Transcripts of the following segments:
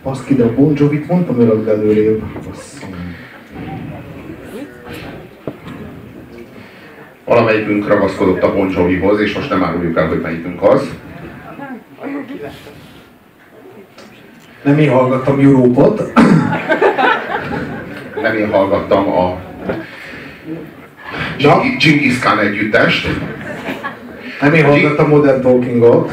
Baszki, de a Bon Jovit mondtam önök előrébb. Valamelyikünk ragaszkodott a Bon Jovihoz, és most nem áruljuk el, hogy melyikünk az. Nem én hallgattam Európot. Nem én hallgattam a Genghis Khan együttest. Nem én hallgattam Modern Talkingot.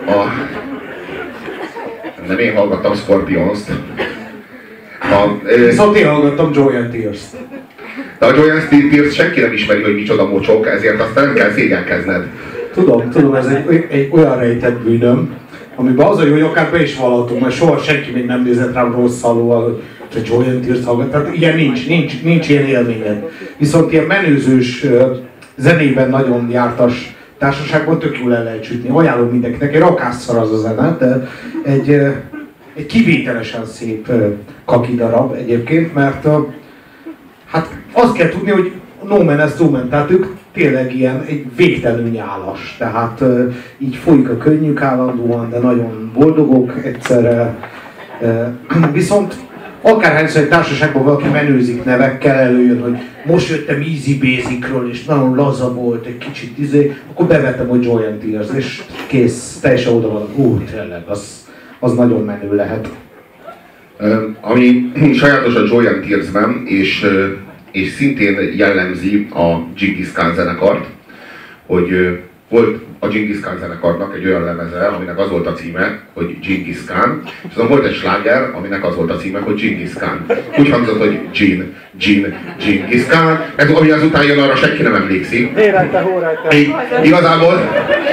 Nem én hallgattam Scorpions-t. Viszont én hallgattam Joy and Tears-t. De a Joy and Tears senki nem ismeri, hogy micsoda mocsok, ezért aztán nem kell szégyenkezned. Tudom, ez egy olyan rejtett bűnöm, amiben az a jó, hogy akár be is vallatunk, mert soha senki még nem nézett rám rossz szalóval, hogy Joy and Tears hallgat. Tehát ilyen nincs ilyen élményed. Viszont ilyen menőzős zenében nagyon jártas társaságban tök jól el lehet sütni. Ajánlom mindenkinek, egy rakásszar az a zene, de egy kivételesen szép kaki darab egyébként, mert hát azt kell tudni, hogy no man is no man, tehát ők tényleg ilyen egy végtelenül nyálas, tehát így folyik a könnyük állandóan, de nagyon boldogok egyszerre. Viszont akárhányszor egy társaságban valaki menőzik nevekkel, előjön, hogy most jöttem Easy Basicről, és nagyon laza volt, egy kicsit akkor bevettem, hogy Joy and Tears, és kész, teljesen oda van, tényleg, az nagyon menő lehet. Ami sajátos a Joy and Tears-ben, és szintén jellemzi a Genghis Khan zenekart, hogy volt a Genghis Khan zenekarnak egy olyan lemeze, aminek az volt a címe, hogy Genghis Khan, és azon volt egy sláger, aminek az volt a címe, hogy Genghis Khan. Úgy hangzott, hogy Genghis Khan, ez, ami azután jön, arra senki nem emlékszik. Igazából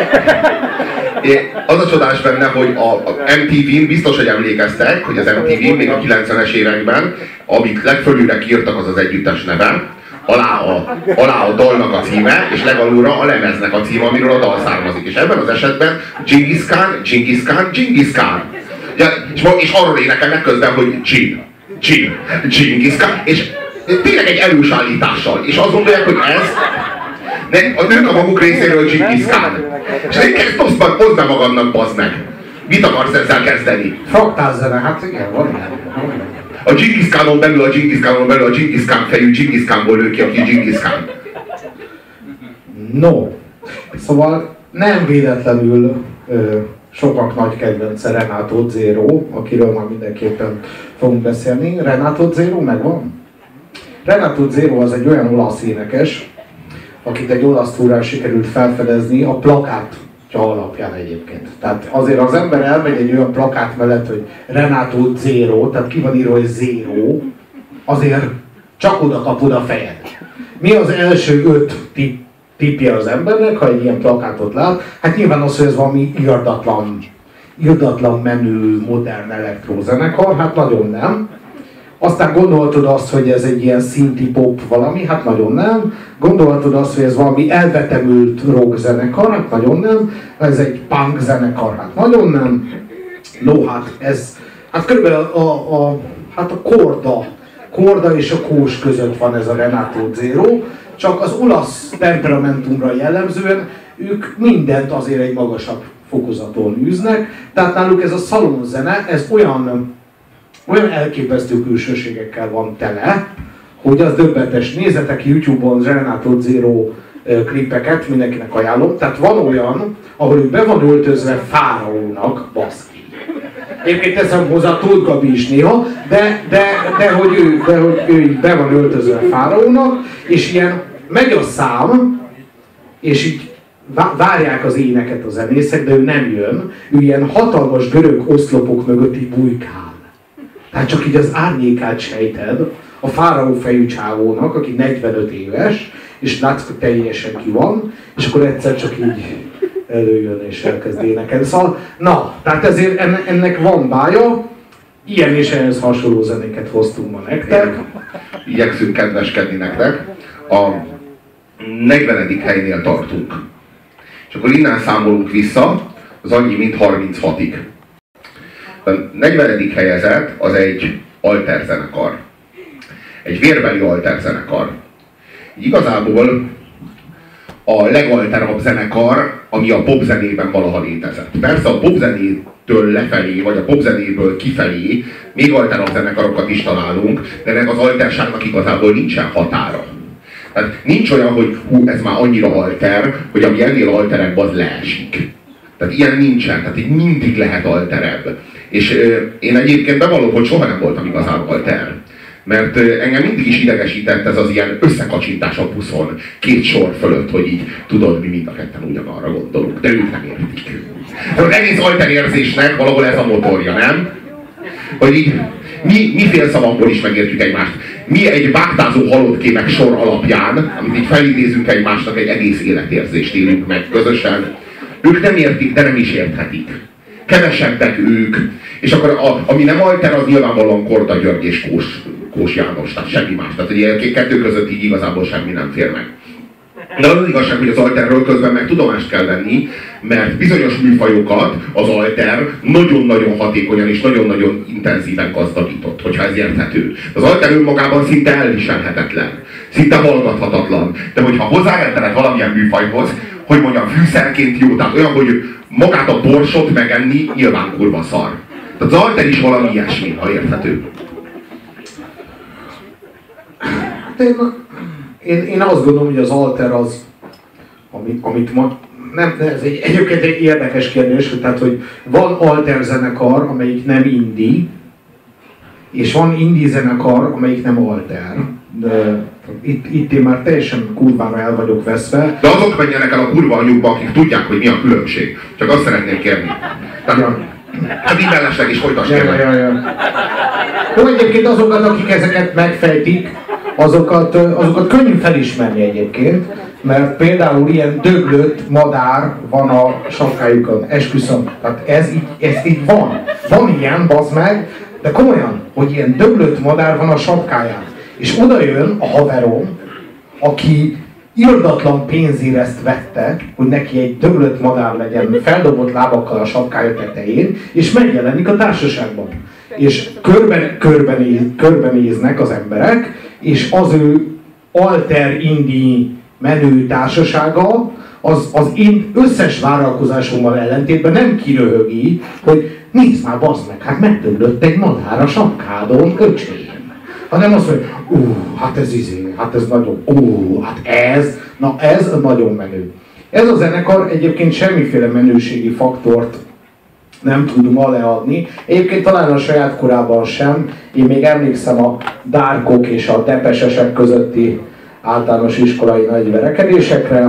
az a csodás benne, hogy a MTV-n biztos, hogy emlékeztek, hogy az MTV-n még a 90-es években, amit legfölülre kiírtak, az az együttes neve, alá a dalnak a címe, és legalulra a lemeznek a címe, amiről a dal származik. És ebben az esetben Genghis Khan. Ja, és arról énekelnek közben, hogy Genghis Khan. És tényleg egy erős állítással. És azt gondolják, hogy ez a nők a maguk részéről Genghis Khan. És oszd be magadnak, bazd meg. Mit akarsz ezzel kezdeni? Fraktálzene, hát igen, van. A Genghis Khanon belül a Genghis Khan fejű Genghis Khanból nő ki, aki Genghis Khan. No. Szóval nem véletlenül sokak nagy kedvence Renato Zero, akiről már mindenképpen fogunk beszélni. Renato Zero megvan? Renato Zero az egy olyan olasz énekes, akit egy olasz túrán sikerült felfedezni a plakátja alapján egyébként. Tehát azért az ember elmegy egy olyan plakát mellett, hogy Renato Zero, tehát ki van írva, hogy Zero, azért csak oda kapod a fejed. Mi az első 5 tippje az embernek, ha egy ilyen plakátot lát? Hát nyilván az, hogy ez valami irdatlan menő, modern elektrózenekar, hát nagyon nem. Aztán gondolhatod azt, hogy ez egy ilyen szinti pop valami, hát nagyon nem. Gondolhatod azt, hogy ez valami elvetemült rock zenekar, hát nagyon nem. Ez egy punk zenekar, hát nagyon nem. No, hát ez, hát körülbelül a korda és a kós között van ez a Renato Zero, csak az olasz temperamentumra jellemzően ők mindent azért egy magasabb fokozaton űznek, tehát náluk ez a szalonzene, ez olyan elképesztő külsőségekkel van tele, hogy az döbbenetes. Nézzetek YouTube-on Renato Zero klipeket, mindenkinek ajánlom. Tehát van olyan, ahol ő be van öltözve fáraónak, baszki. Egyébként teszem hozzá Tóth Gabi is néha, de hogy ő be van öltözve fáraónak, és ilyen megy a szám, és így várják az éneket a zenészek, de ő nem jön. Ő ilyen hatalmas görög oszlopok mögött így bujkál. Tehát csak így az árnyékát sejted a fáraó fejű csávónak, aki 45 éves, és látszik, hogy teljesen ki van, és akkor egyszer csak így előjön és elkezd énekelni. Szóval, na, tehát ezért ennek van bája, ilyen és ehhez hasonló zenéket hoztunk ma nektek. Igyekszünk kedveskedni nektek. A 40. helynél tartunk. És akkor innen számolunk vissza, az annyi, mint 36-ig. A 40. helyezett az egy alterzenekar. Egy vérbeli alterzenekar. Igazából a legalterabb zenekar, ami a popzenében valaha létezett. Persze a popzenét től lefelé, vagy a popzenéből kifelé még alterabb zenekarokat is találunk, de ennek az alterságnak igazából nincsen határa. Tehát nincs olyan, hogy hú, ez már annyira alter, hogy ami ennél alterebb, az leesik. Tehát ilyen nincsen, tehát így mindig lehet alterebb. És én egyébként bevallom, hogy soha nem voltam igazán alter. Mert engem mindig is idegesített ez az ilyen összekacsintás a buszon, két sor fölött, hogy így tudod, mi mind a ketten ugyanarra gondolunk, de ők nem értik. Az egész alterérzésnek valahol ez a motorja, nem? Hogy így mi félszavakból is megértjük egymást. Mi egy bágtázó halottkémek sor alapján, amit így felidézünk egymásnak, egy egész életérzést élünk meg közösen. Ők nem értik, de nem is érthetik. Kevesebbek ők. És akkor ami nem alter, az nyilvánvalóan Korda György és Kós János, tehát semmi más. Tehát ugye kettő között így igazából semmi nem fér meg. De az igazság, hogy az alterről közben meg tudomást kell venni, mert bizonyos műfajokat az alter nagyon-nagyon hatékonyan és nagyon-nagyon intenzíven gazdagított, hogyha ez érthető. Az alter önmagában szinte elviselhetetlen, szinte hallgathatatlan. De hogyha hozzárendeled valamilyen műfajhoz, hogy mondjam, fűszerként jó, tehát olyan, hogy magát a borsot megenni nyilván kurva szar. Tehát az alter is valami ilyesmi, ha érthető. Én azt gondolom, hogy az alter az, amit ma... Nem, ez egyébként egy érdekes kérdés, tehát, hogy van alter zenekar, amelyik nem indie, és van indie zenekar, amelyik nem alter. De itt én már teljesen kurvára el vagyok veszve. De azok menjenek el a kurva anyjukba, akik tudják, hogy mi a különbség. Csak azt szeretném kérni. Hát így mellesleg is folytass kérlek. Jó, egyébként azokat, akik ezeket megfejtik, azokat könnyű felismerni egyébként, mert például ilyen döglött madár van a sapkájukon, esküszöm. Tehát ez így van. Van ilyen, bazd meg, de komolyan, hogy ilyen döglött madár van a sapkáján. És oda jön a haverom, aki irdatlan pénzért ezt vette, hogy neki egy döglött madár legyen feldobott lábakkal a sapkája tetején, és megjelenik a társaságban. És körbenéznek az emberek, és az ő alter indie menő társasága az én összes várakozásommal ellentétben nem kiröhögi, hogy nézd már, bazd meg, hát megdöglött egy madár a sapkádon, öcsém. Hanem azt mondja, hát ez nagyon, hát ez nagyon menő. Ez a zenekar egyébként semmiféle menőségi faktort nem tud ma leadni. Egyébként talán a saját korában sem. Én még emlékszem a Dárkok és a Depesesek közötti általános iskolai nagy verekedésekre.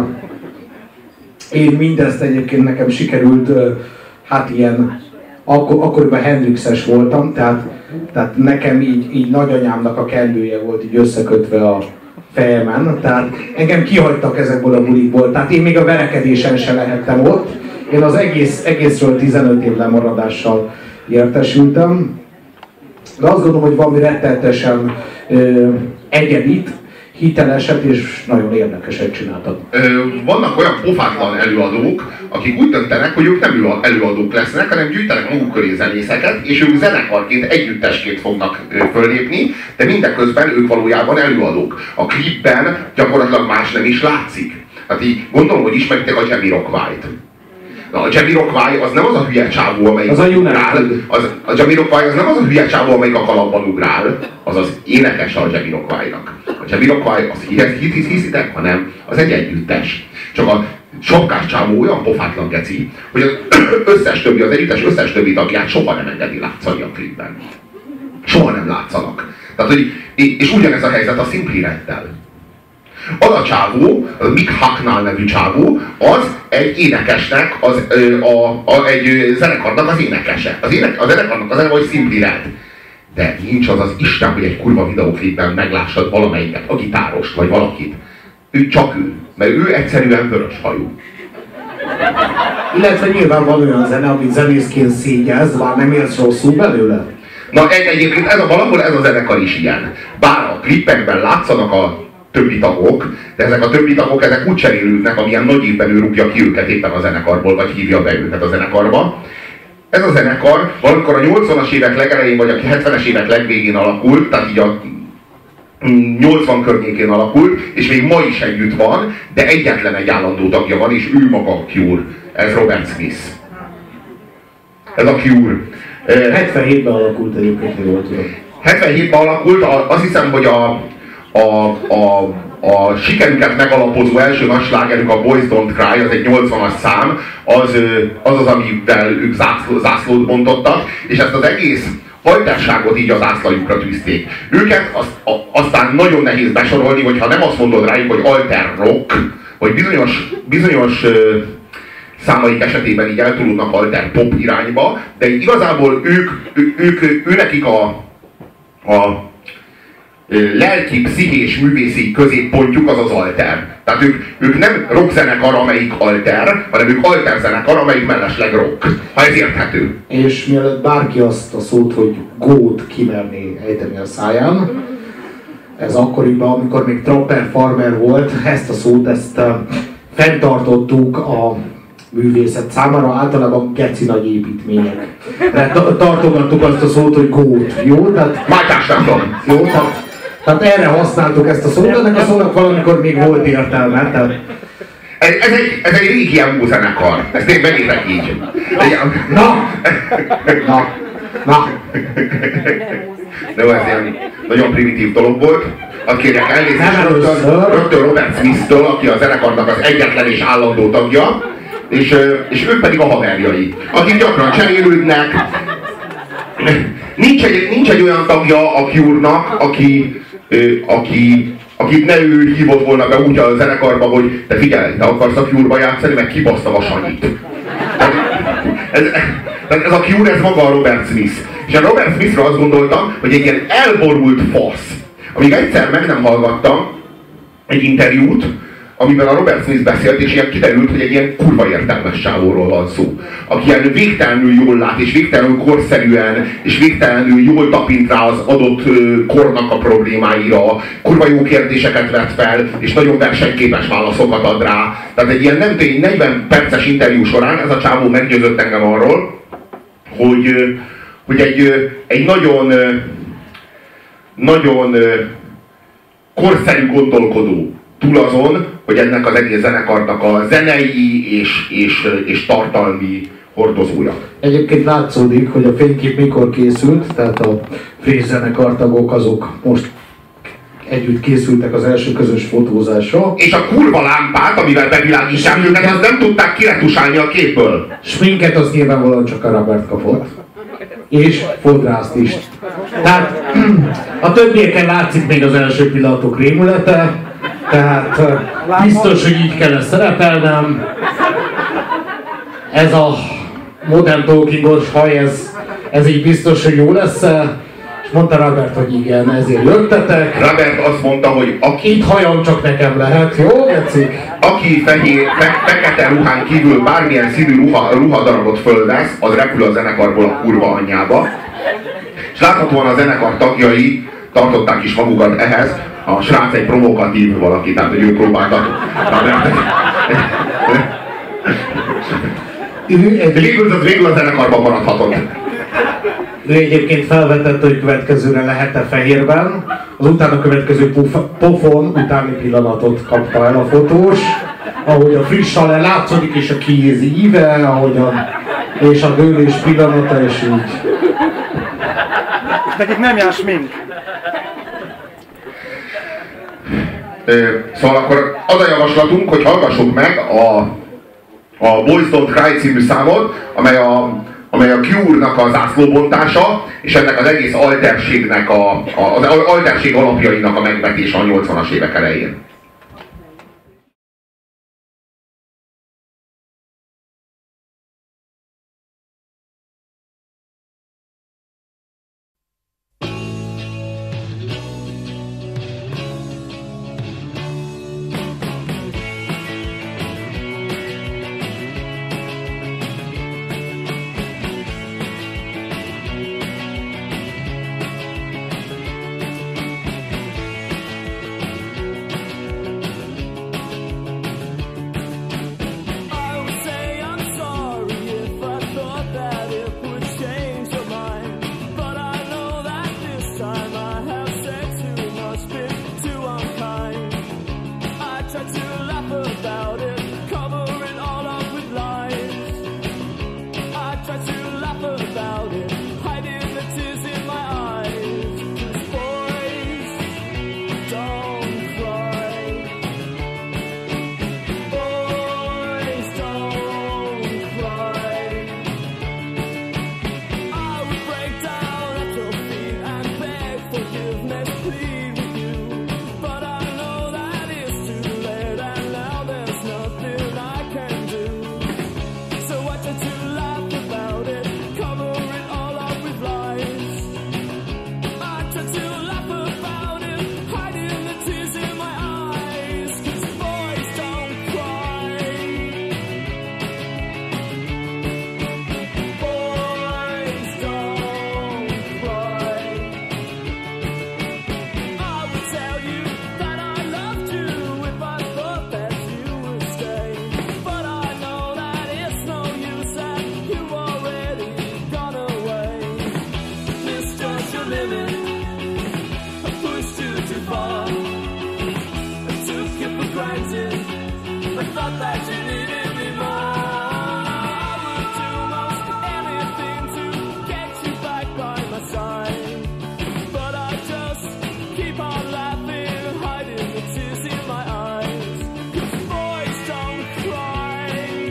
Én mindezt egyébként nekem sikerült, hát ilyen, akkoriban Hendrixes voltam, tehát nekem így nagyanyámnak a kendője volt így összekötve a fejemen, tehát engem kihagytak ezekből a bulikból, tehát én még a verekedésen se lehettem ott. Én az egészről 15 év lemaradással értesültem, de azt gondolom, hogy valami rettenetesen egyedit, hiteleset és nagyon érdekeset csináltak. Vannak olyan pofátlan előadók, akik úgy döntenek, hogy ők nem előadók lesznek, hanem gyűjtenek maguk köré zenészeket, és ők zenekarként, együttesként fognak föllépni, de mindeközben ők valójában előadók. A klipben gyakorlatilag más nem is látszik. Hát így gondolom, hogy ismeritek a Jamiroquai-t. A Jamiroquai az nem az a hülye csávó, amelyik az ugrál. A Jamiroquai az nem az a hülye csávó, amelyik a kalapban ugrál, az az énekese a Jamiroquai-nak. A Jamiroquai az hiszitek, hanem az egy együttes. Csak a sapkás csávó olyan pofátlan geci, hogy az összes többi, az együttes összes többi tagját soha nem engedi látszani a klipben. Soha nem látszanak. Tehát, hogy, és ugyanez a helyzet a Simply Reddel. Az a csávó, a Mick Hucknall nevű csávó, az egy énekesnek, egy zenekarnak az énekese. A zenekarnak az neve, hogy Simply Red. De nincs az Isten, hogy egy kurva videóklipben meglássad valamelyiket, a gitárost, vagy valakit. Csak ő. Mert ő egyszerűen vörös hajú. Illetve nyilván van olyan zene, amit zenészként szégyelsz, már nem érsz rosszul belőle. Na egyébként valahol ez a zenekar is ilyen. Bár a klipekben látszanak a többi tagok, de ezek a többi tagok ezek úgy cserélődnek, amilyen nagy évben ő rúgja ki őket éppen a zenekarból, vagy hívja be őket a zenekarba. Ez a zenekar valamikor a 80-as évek legelején, vagy a 70-es évek legvégén alakult, tehát így a 80 környékén alakult, és még ma is együtt van, de egyetlen egy állandó tagja van, és ő maga a Cure. Ez Robert Smith. ez a Cure. 77-ben alakult egyébként, jól tudom. 77-ben alakult, azt hiszem, hogy a sikerüket megalapozó első nagy slágerük, a Boys Don't Cry, az egy 80-as szám, az, amivel ők zászlót bontottak, és ezt az egész alterságot így az ászlajukra tűzték. Őket aztán nagyon nehéz besorolni, hogyha nem azt mondod rájuk, hogy alter rock, vagy bizonyos számaik esetében így eltolódnak alter pop irányba, de igazából őnekik a lelki, pszichés, művészi középpontjuk az az alter. Tehát ők nem rockzenekar, amelyik alter, hanem ők alterzenekar, amelyik mellesleg rock. Ha ez érthető. És mielőtt bárki azt a szót, hogy gót kimerné ejteni a száján, ez akkoriban, amikor még Trapper Farmer volt, ezt a szót, fenntartottuk a művészet számára, általában geci nagy építményekre tartogattuk azt a szót, hogy gót. Jó? Mátyás nem tudom. Jó? Tehát erre használtuk ezt a szót, ennek a szónak valamikor még volt értelme. Tehát... Ez egy régi emo zenekar. Ezt én benézek így. Na! De ez ilyen nagyon primitív dolog volt. Azt kérjek elnézést rögtön Robert Smith-től, aki a zenekarnak az egyetlen és állandó tagja, és ők pedig a haverjai, akik gyakran cserélődnek. Nincs egy olyan tagja a Cure-nak, akit ne ő hívott volna be úgy a zenekarba, hogy te figyelj, te akarsz a Cure-ba játszani, meg kibasztam a Sanyit. Ez a Cure, ez maga a Robert Smith. És a Robert Smithra azt gondoltam, hogy egy ilyen elborult fasz. Amíg egyszer meg nem hallgattam egy interjút, amiben a Robert Smith beszélt, és ilyen kiderült, hogy egy ilyen kurva értelmes csávóról van szó. Aki ilyen végtelenül jól lát, és végtelenül korszerűen, és végtelenül jól tapint rá az adott kornak a problémáira, kurva jó kérdéseket vet fel, és nagyon versenyképes válaszokat ad rá. Tehát egy ilyen nem 40 perces interjú során ez a csávó meggyőzött engem arról, hogy egy nagyon korszerű gondolkodó túl azon, hogy ennek az egész zenekarnak a zenei és tartalmi hordozója. Egyébként látszódik, hogy a fénykép mikor készült, tehát a Freeze zenekartagok azok most együtt készültek az első közös fotózásra. És a kurva lámpát, amivel bevilágítják őket, azt nem tudták kiretusálni a képből. Sminket az nyilvánvalóan csak a Robert kapott. És fodrászt is. Tehát a többieken látszik még az első pillanatok rémülete, tehát biztos, hogy így kell szerepelnem. Ez a Modern Talkingos haj, ez így biztos, hogy jó lesz. És mondta Robert, hogy igen, ezért jöttetek. Robert azt mondta, hogy itt hajam csak nekem lehet, jó, gecik? Aki fekete ruhán kívül bármilyen színű ruhadarabot fölvesz, az repül a zenekarból a kurva anyjába. És láthatóan a zenekar tagjai tartották is magukat ehhez. A srác egy provokatív valaki, tehát hogy ő próbáltak. Végül a zenekarban maradhatott. Ő egyébként felvetette, hogy következőre lehet-e fehérben. Az utána következő pofon utáni pillanatot kapta el a fotós. Ahogy a friss alá látszódik, és a kéz íve, és a dőlés pillanata, és így. Nekik nem jár smink. Szóval akkor az a javaslatunk, hogy hallgassuk meg a Boys Don't Cry című számot, amely a Cure-nak az zászlóbontása, és ennek az egész alterségnek az alterség alapjainak a megvetése a 80-as évek elején. just your limit. I pushed you too far. I took it for granted. I thought that you needed me more. I would do most anything to get you back by my side. But I just keep on laughing, hiding the tears in my eyes. 'Cause boys don't cry.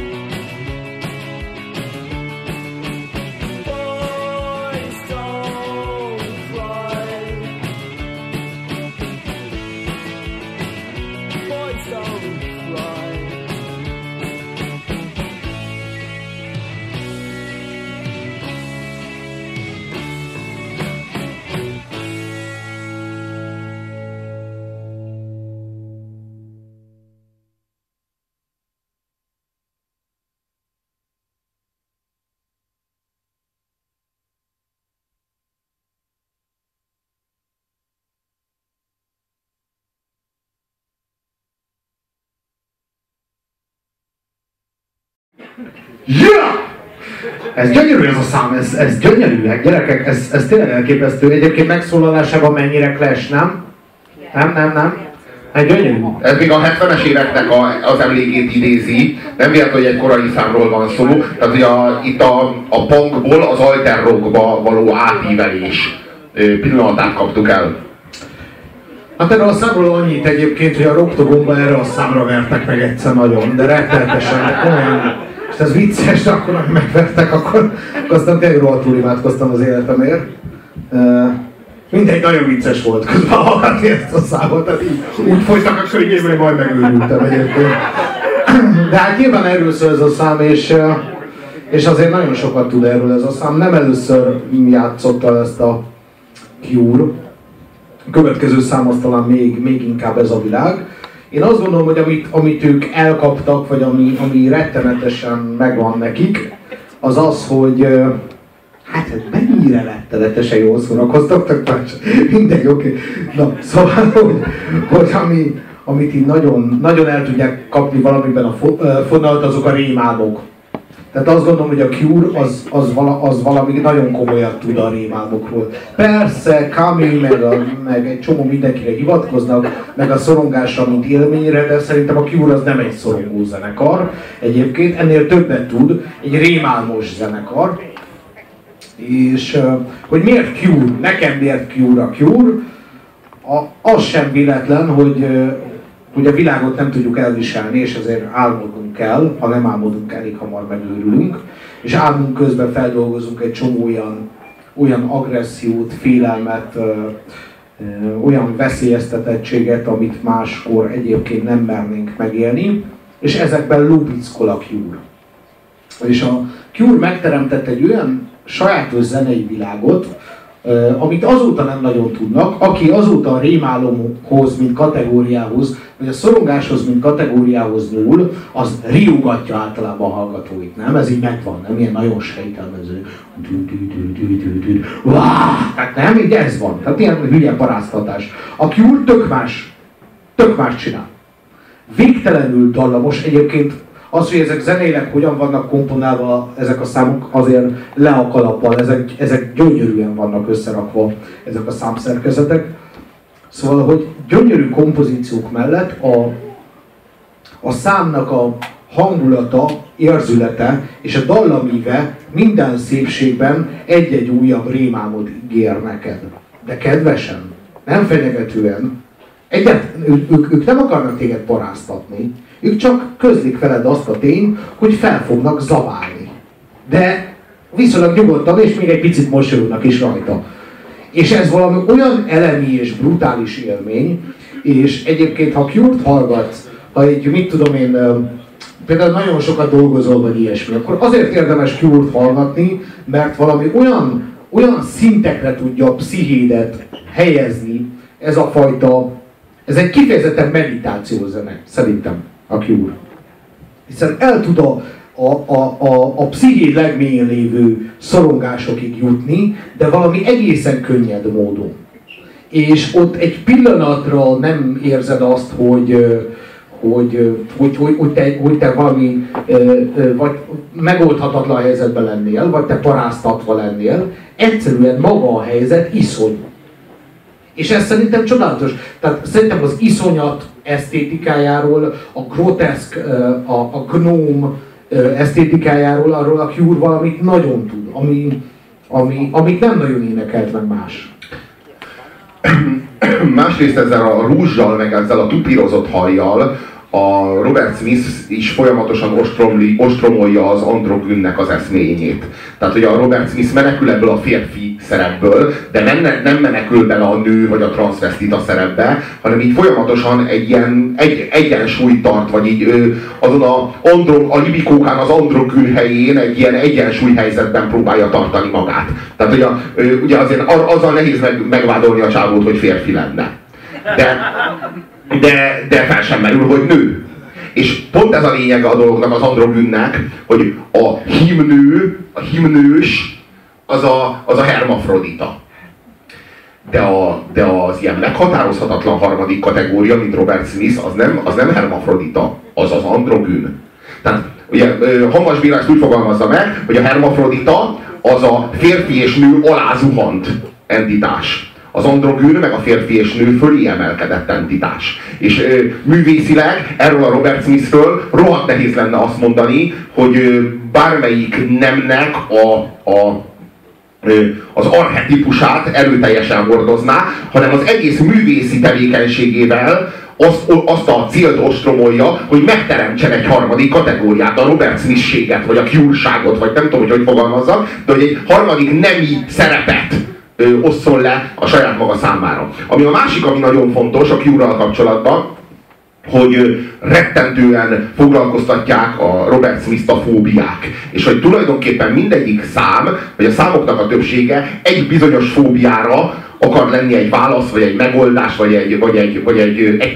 Boys don't cry. Boys don't cry. Yeah! Ez gyönyörű ez a szám, ez gyönyörű, gyerekek, ez tényleg elképesztő. Egyébként megszólalásában mennyire Clash, nem? Nem. Hát gyönyörű. Ez még a 70-es éveknek az emlékét idézi, nem véletlen, hogy egy korai számról van szó. Tehát, hogy itt a punkból az alter rockba való átívelés pillanatát kaptuk el. Hát erről a számról annyit egyébként, hogy a Roktogomba erre a számra vertek meg egyszer nagyon, de rettenetesen, olyan. És ez vicces, de akkor, hogy megvertek, akkor aztán tényleg rohadtul imádkoztam az életemért. Mindegy, nagyon vicces volt közben hallgatni ezt a számot, tehát így úgy folytak a könyvében, hogy majd megőrültem egyébként. De hát nyilván erről szól ez a szám, és azért nagyon sokat tud erről ez a szám. Nem először játszotta ezt a Cure. A következő szám az talán még inkább ez a világ. Én azt gondolom, hogy amit ők elkaptak, vagy ami rettenetesen megvan nekik, az az, hogy hát mennyire rettenetesen jól szórakoztattak, mindegy, oké. Na, szóval, hogy amit így nagyon, nagyon el tudják kapni valamiben a fonalat, azok a rémálmok. Tehát azt gondolom, hogy a Cure az valami nagyon komolyat tud a rémálmokról. Persze, Camille meg egy csomó mindenkire hivatkoznak, meg a szorongásra, mint élményre, de szerintem a Cure az nem egy szorongó zenekar. Egyébként ennél többet tud, egy rémálmos zenekar. És hogy miért Cure? Nekem miért Cure a Cure? Az sem véletlen, hogy a világot nem tudjuk elviselni, és ezért álmodnunk kell, ha nem álmodunk, elég hamar megőrülünk, és álmunk közben feldolgozunk egy csomó olyan agressziót, félelmet, olyan veszélyeztetettséget, amit máskor egyébként nem mernénk megélni, és ezekben lubickol a Cure. És a Cure megteremtett egy olyan sajátos zenei világot, amit azóta nem nagyon tudnak, aki azóta a rémálomhoz, mint kategóriához, vagy a szorongáshoz, mint kategóriához nyúl, az riogatja általában a hallgatóit, nem? Ez így megvan, nem? Ilyen nagyon sejtelmező. Hát nem, így ez van. Tehát ilyen hülye paráztatás. A Cure tök más csinál. Végtelenül dallamos. Egyébként az, hogy ezek zeneileg hogyan vannak komponálva, ezek a számok azért le a kalappal, ezek gyönyörűen vannak összerakva, ezek a számszerkezetek. Szóval, hogy gyönyörű kompozíciók mellett a számnak a hangulata, érzülete és a dallamíve minden szépségben egy-egy újabb rémálmot ígér neked. De kedvesen, nem fenyegetően. Ők nem akarnak téged paráztatni, ők csak közlik veled azt a tényt, hogy fel fognak zabálni. De viszonylag nyugodtan, és még egy picit mosolyognak is rajta. És ez valami olyan elemi és brutális élmény, és egyébként, ha Cure-t hallgatsz, ha egy, mit tudom én, például nagyon sokat dolgozol, vagy ilyesmi, akkor azért érdemes Cure-t hallgatni, mert valami olyan szintekre tudja a pszichédet helyezni ez a fajta, ez egy kifejezetten meditációzene, szerintem a Cure. Hiszen el tud a psziché legmélyén lévő szorongásokig jutni, de valami egészen könnyed módon. És ott egy pillanatra nem érzed azt, hogy te valami vagy megoldhatatlan helyzetben lennél, vagy te paráztatva lennél, egyszerűen maga a helyzet iszony. És ez szerintem csodálatos. Tehát szerintem az iszonyat esztétikájáról, a groteszk, a gnóm esztétikájáról, arról a Cure valamit nagyon tud, amit nem nagyon énekelt meg más. Másrészt ezzel a rúzsal, meg ezzel a tupírozott hajjal a Robert Smith is folyamatosan ostromolja az androgynnek az eszményét. Tehát, hogy a Robert Smith menekül ebből a férfi szerepből, de nem menekül bele a nő vagy a transzvesztita szerepbe, hanem így folyamatosan egy ilyen egyensúlyt tart, vagy így azon a libikókán az androgyn helyén egy ilyen egyensúly helyzetben próbálja tartani magát. Tehát, hogy ugye azért azzal nehéz megvádolni a csávót, hogy férfi lenne. De fel sem merül, hogy nő. És pont ez a lényege a dolognak, az androgynnek, hogy a himnős az a hermafrodita. De az ilyen meghatározhatatlan harmadik kategória, mint Robert Smith, az nem hermafrodita, az az androgyn. Tehát ugye Hamvas Béla ezt úgy fogalmazza meg, hogy a hermafrodita az a férfi és nő alá zuhant entitás. Az androgyn meg a férfi és nő fölé emelkedett entitás. És művészileg erről a Robert Smithről rohadt nehéz lenne azt mondani, hogy bármelyik nemnek az archetípusát erőteljesen hordozná, hanem az egész művészi tevékenységével azt a célt ostromolja, hogy megteremtsen egy harmadik kategóriát, a Robert Smith-séget, vagy a Cure-ságot, vagy nem tudom, hogy fogalmazzak, de hogy egy harmadik nemi szerepet osszon le a saját maga számára. Ami a másik, ami nagyon fontos a Cure-ral kapcsolatban, hogy rettentően foglalkoztatják a Robert Smith-t a fóbiák. És hogy tulajdonképpen mindegyik szám, vagy a számoknak a többsége egy bizonyos fóbiára akar lenni egy válasz, vagy egy megoldás, vagy egy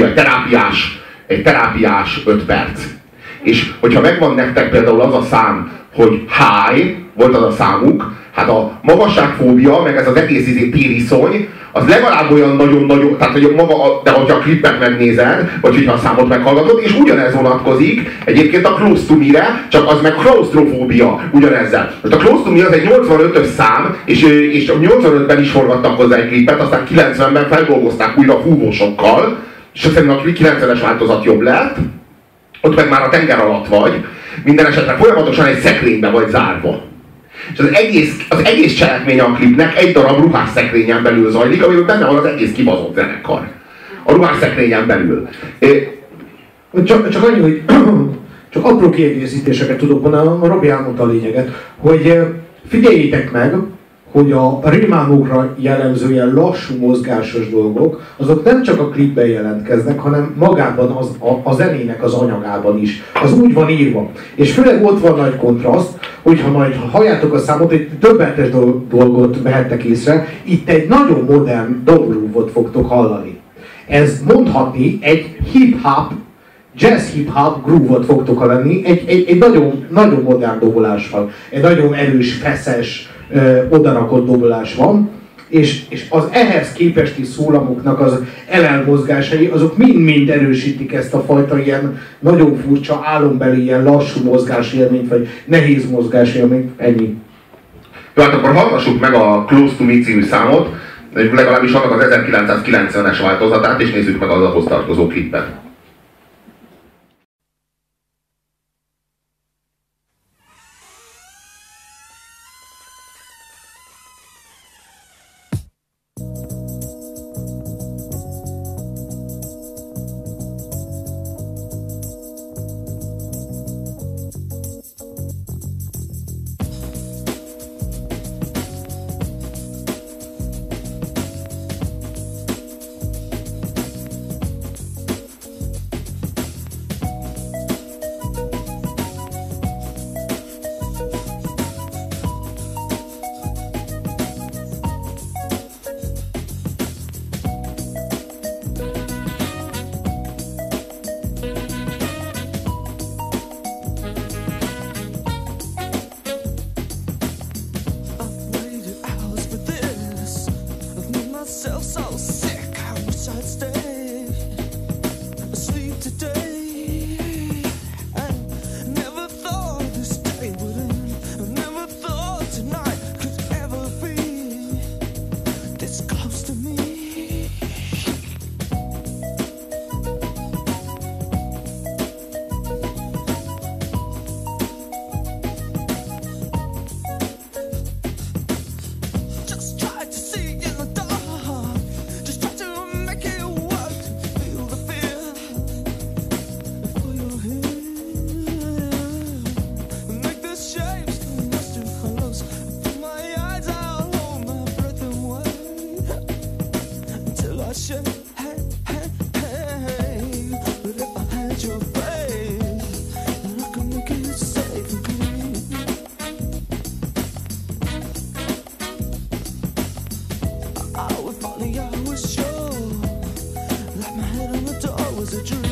terápiás 5 perc. És hogyha megvan nektek például az a szám, hogy high, volt az a számuk, hát a magasságfóbia, meg ez az egész tériszony, az legalább olyan nagyon-nagyon, tehát hogy maga, de hogyha a klippet megnézed, vagy hogyha a számot meghallgatod, és ugyanez vonatkozik egyébként a Close to Me-re, csak az meg klaustrofóbia ugyanezzel. Most a Close to Me az egy 85-ös szám, és 85-ben is forgattak hozzá egy klippet, aztán 90-ben feldolgozták újra fúvósokkal, és aztán a 90-es változat jobb lett, ott meg már a tenger alatt vagy, minden esetre folyamatosan egy szekrénybe vagy zárva. És az egész cselekmény a klipnek egy darab ruhásszekrényen belül zajlik, amiben benne van az egész kibaszott zenekar. A ruhásszekrényen belül. Csak annyi, hogy csak apró kiegészítéseket tudok mondani, a Robi elmondta a lényeget, hogy figyeljétek meg, hogy a rimánokra jellemző ilyen lassú mozgásos dolgok, azok nem csak a klipben jelentkeznek, hanem magában a zenének az anyagában is. Az úgy van írva. És főleg ott van nagy kontraszt, hogyha majd halljátok a számot, egy többetes dolgot vehettek észre, itt egy nagyon modern dob-groove-ot fogtok hallani. Ez mondhatni egy hip-hop, jazz hip-hop groove-ot fogtok hallani, egy nagyon, nagyon modern dobolás van, egy nagyon erős, feszes, odarakott dobolás van, és az ehhez képesti szólamoknak az elelmozgásai, azok mind-mind erősítik ezt a fajta ilyen nagyon furcsa, álombeli, ilyen lassú mozgásélményt, vagy nehéz mozgásélményt, ennyi. Jó, hát akkor hallgassuk meg a Close to Me című számot, legalábbis annak az 1990-es változatát, és nézzük meg az ahhoz tartozó klippet. Oh, if only I was sure that my head on the door was a dream.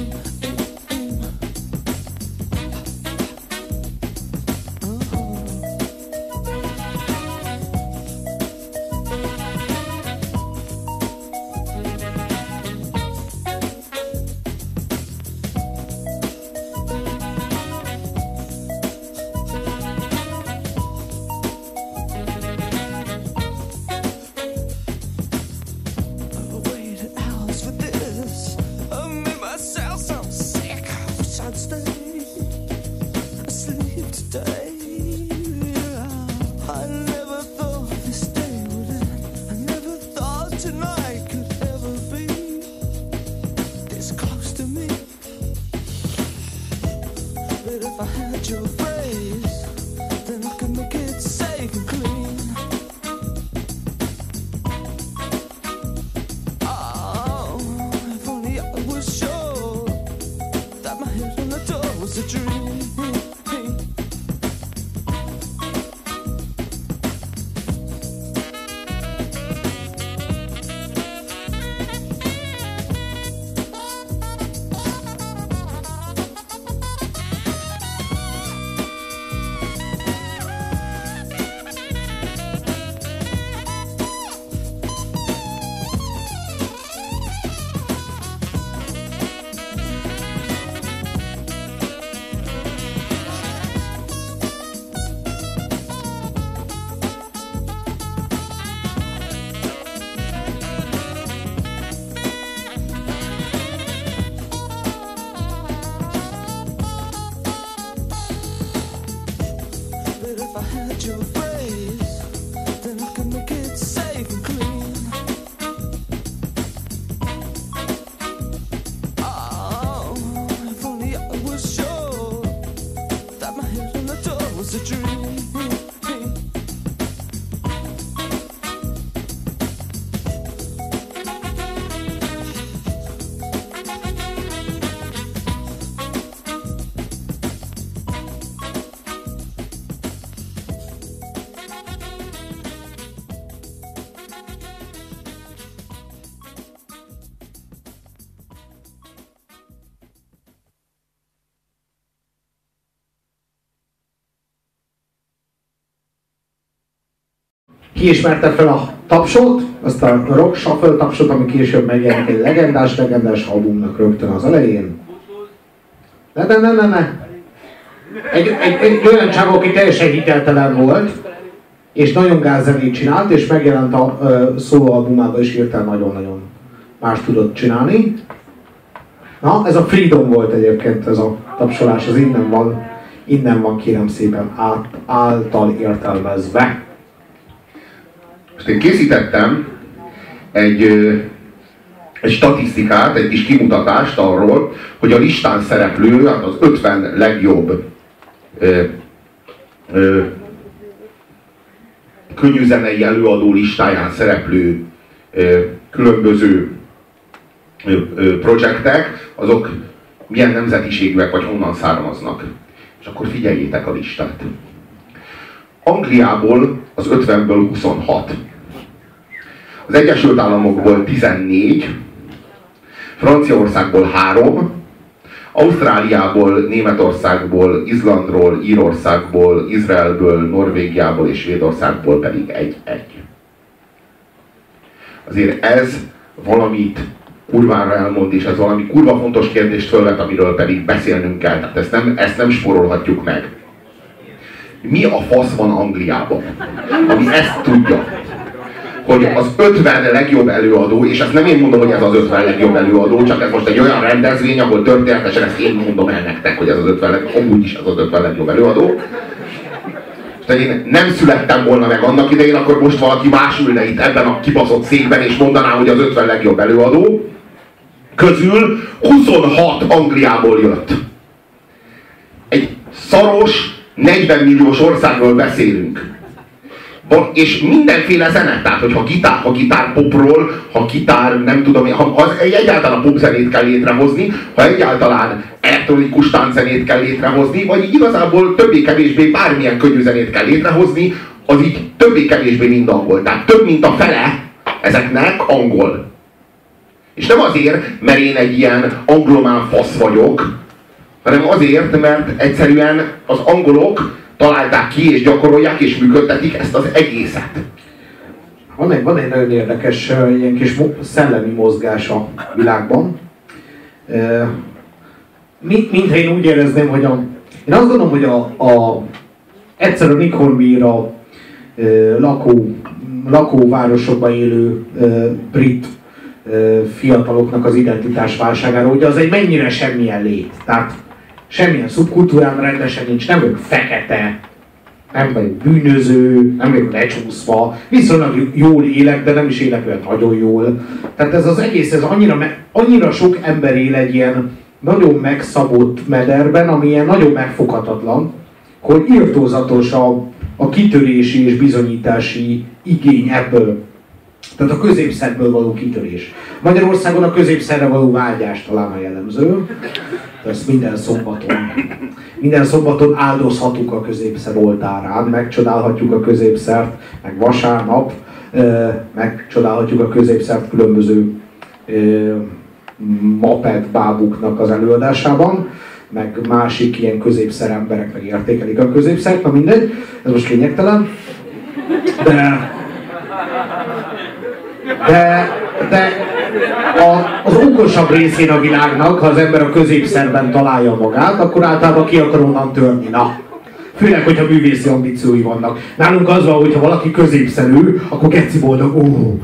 Ki ismerte fel a tapsot, azt a Rock Shuffle tapsot, ami később megjelenik egy legendás albumnak rögtön az elején. Ne. Egy olyan csávó, aki teljesen hiteltelen volt, és nagyon gázzenét csinált, és megjelent a szólóalbumában, és hirtelen nagyon-nagyon más tudott csinálni. Na, ez a Freedom volt egyébként, ez a tapsolás, az innen van kérem szépen által értelmezve. Most én készítettem egy statisztikát, egy kis kimutatást arról, hogy a listán szereplő, hát az 50 legjobb könnyűzenei előadó listáján szereplő különböző projektek, azok milyen nemzetiségűek vagy honnan származnak. És akkor figyeljétek a listát. Angliából az 50-ből 26. Az Egyesült Államokból 14. Franciaországból 3. Ausztráliából, Németországból, Izlandról, Írországból, Izraelből, Norvégiából és Svédországból pedig 1-1. Azért ez valamit kurvára elmond, és ez valami kurva fontos kérdést fölvet, amiről pedig beszélnünk kell. Tehát ezt nem spórolhatjuk meg. Mi a fasz van Angliában? Ami ezt tudja, hogy az 50 legjobb előadó, és ezt nem én mondom, hogy ez az 50 legjobb előadó, csak ez most egy olyan rendezvény, ahol történetesen ezt én mondom el nektek, hogy ez az 50 legjobb, amúgy is ez az 50 legjobb előadó. Tehát én nem születtem volna meg annak idején, akkor most valaki más ülne itt ebben a kibaszott székben, és mondaná, hogy az 50 legjobb előadó közül 26 Angliából jött. Egy szaros, 40 milliós országról beszélünk. És mindenféle zene, tehát hogyha gitár popról, ha gitár, nem tudom, ha egyáltalán popzenét kell létrehozni, ha egyáltalán elektronikus tánczenét kell létrehozni, vagy így igazából többé-kevésbé bármilyen könnyű zenét kell létrehozni, az így többé-kevésbé mind angol. Tehát több mint a fele ezeknek angol. És nem azért, mert én egy ilyen anglomán fasz vagyok, hanem azért, mert egyszerűen az angolok találták ki, és gyakorolják, és működtetik ezt az egészet. Van egy nagyon érdekes ilyen kis szellemi mozgás a világban. Mintha én úgy érezném, hogy én azt gondolom, hogy egyszer a Nick Hornby-ra lakóvárosokban élő brit fiataloknak az identitásválságára, hogy az egy mennyire semmilyen lét. Tehát semmilyen szubkultúrám rendesen nincs, nem vagyok fekete, nem vagyok bűnöző, nem vagyok lecsúszva, viszonylag jól élek, de nem is élek olyan nagyon jól. Tehát ez az egész, ez annyira sok ember él egy ilyen nagyon megszabott mederben, ami ilyen nagyon megfoghatatlan, hogy irtózatos a kitörési és bizonyítási igény ebből. Tehát a középszerből való kitörés. Magyarországon a középszerre való vágyás talán a jellemző. Ezt minden szombaton áldozhatunk a középszer oltárán, megcsodálhatjuk a középszert, meg vasárnap megcsodálhatjuk a középszert különböző maped bábuknak az előadásában, meg másik ilyen középszer emberek meg értékelik a középszert, na mindegy, ez most lényegtelen. De az okosabb részén a világnak, ha az ember a középszerben találja magát, akkor általában ki akar onnan törni. Na, főleg, hogyha művészi ambíciói vannak. Nálunk az van, hogyha valaki középszerű, akkor geci boldog,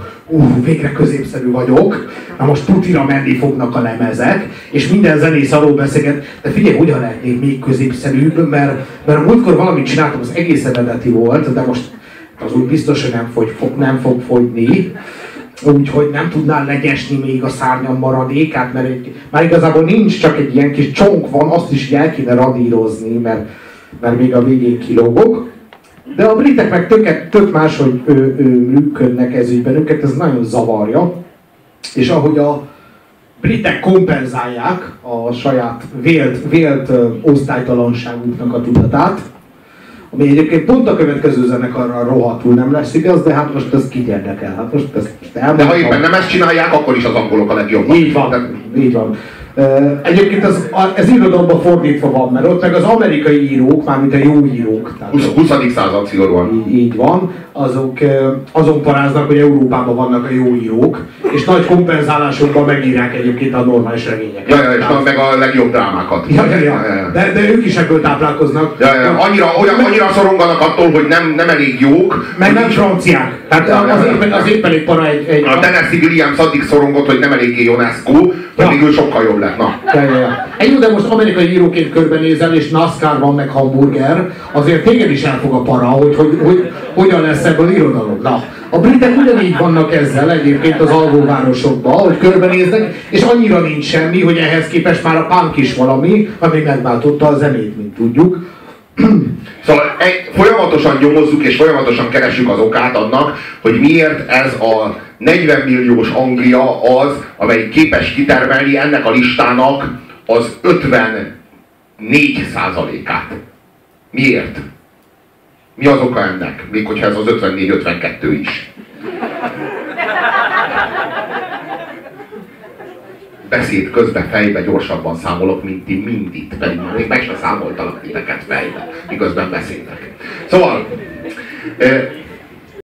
végre középszerű vagyok, na most tutira menni fognak a lemezek, és minden zenész arról beszélget, de figyelj, hogyan lehetnék még középszerűbb, mert múltkor valamit csináltam, az egész eredeti volt, de most az úgy biztos, hogy nem fog fogyni, úgyhogy nem tudnál legyesni még a szárnyam maradékát, mert már igazából nincs, csak egy ilyen kis csonk van, azt is el kéne radírozni, mert még a végén kilógok. De a britek meg tök máshogy működnek ez ügyben, őket ez nagyon zavarja, és ahogy a britek kompenzálják a saját vélt osztálytalanságuknak a tudatát, ami egyébként pont a következő zenekarral rohadtul nem lesz igaz, de hát most ez kit érdekel? Hát most ezt elmondtam. De ha éppen nem ezt csinálják, akkor is az angolok a legjobbak. Így van. Egyébként ez irodalomban fordítva van, mert ott meg az amerikai írók, mármint a jó írók. 20. század szigorúan. Így van. Azon paráznak, hogy Európában vannak a jó írók, és nagy kompenzálásokban megírják egyébként a normális regényeket. Ja, és meg a legjobb drámákat. Ja. De ők is ebből táplálkoznak. Annyira szoronganak attól, hogy nem elég jók. Meg nem franciák. Tehát az éppen egy para egy... A Tennessee Williams addig szorongott, hogy nem eléggé Ionescu, hogy végül sokkal jobb lett. Na. Jó, de most amerikai íróként körbenézel, és NASCAR van, meg hamburger, azért téged is elfog a para, hogy hogyan lesz ebből irodalom. Na, a britek ugyanígy vannak ezzel egyébként az alvóvárosokban, hogy körbenéznek, és annyira nincs semmi, hogy ehhez képest már a punk is valami, ami megváltotta a zenét, mint tudjuk. Szóval folyamatosan nyomozzuk és folyamatosan keresjük az okát annak, hogy miért ez a 40 milliós Anglia az, amely képes kitermelni ennek a listának az 54%-át. Miért? Mi az oka ennek? Még hogyha ez az 54-52 is. Beszéd közben fejbe gyorsabban számolok, mint ti mindig, pedig még meg sem számoltalak titeket fejbe, miközben beszéltek. Szóval,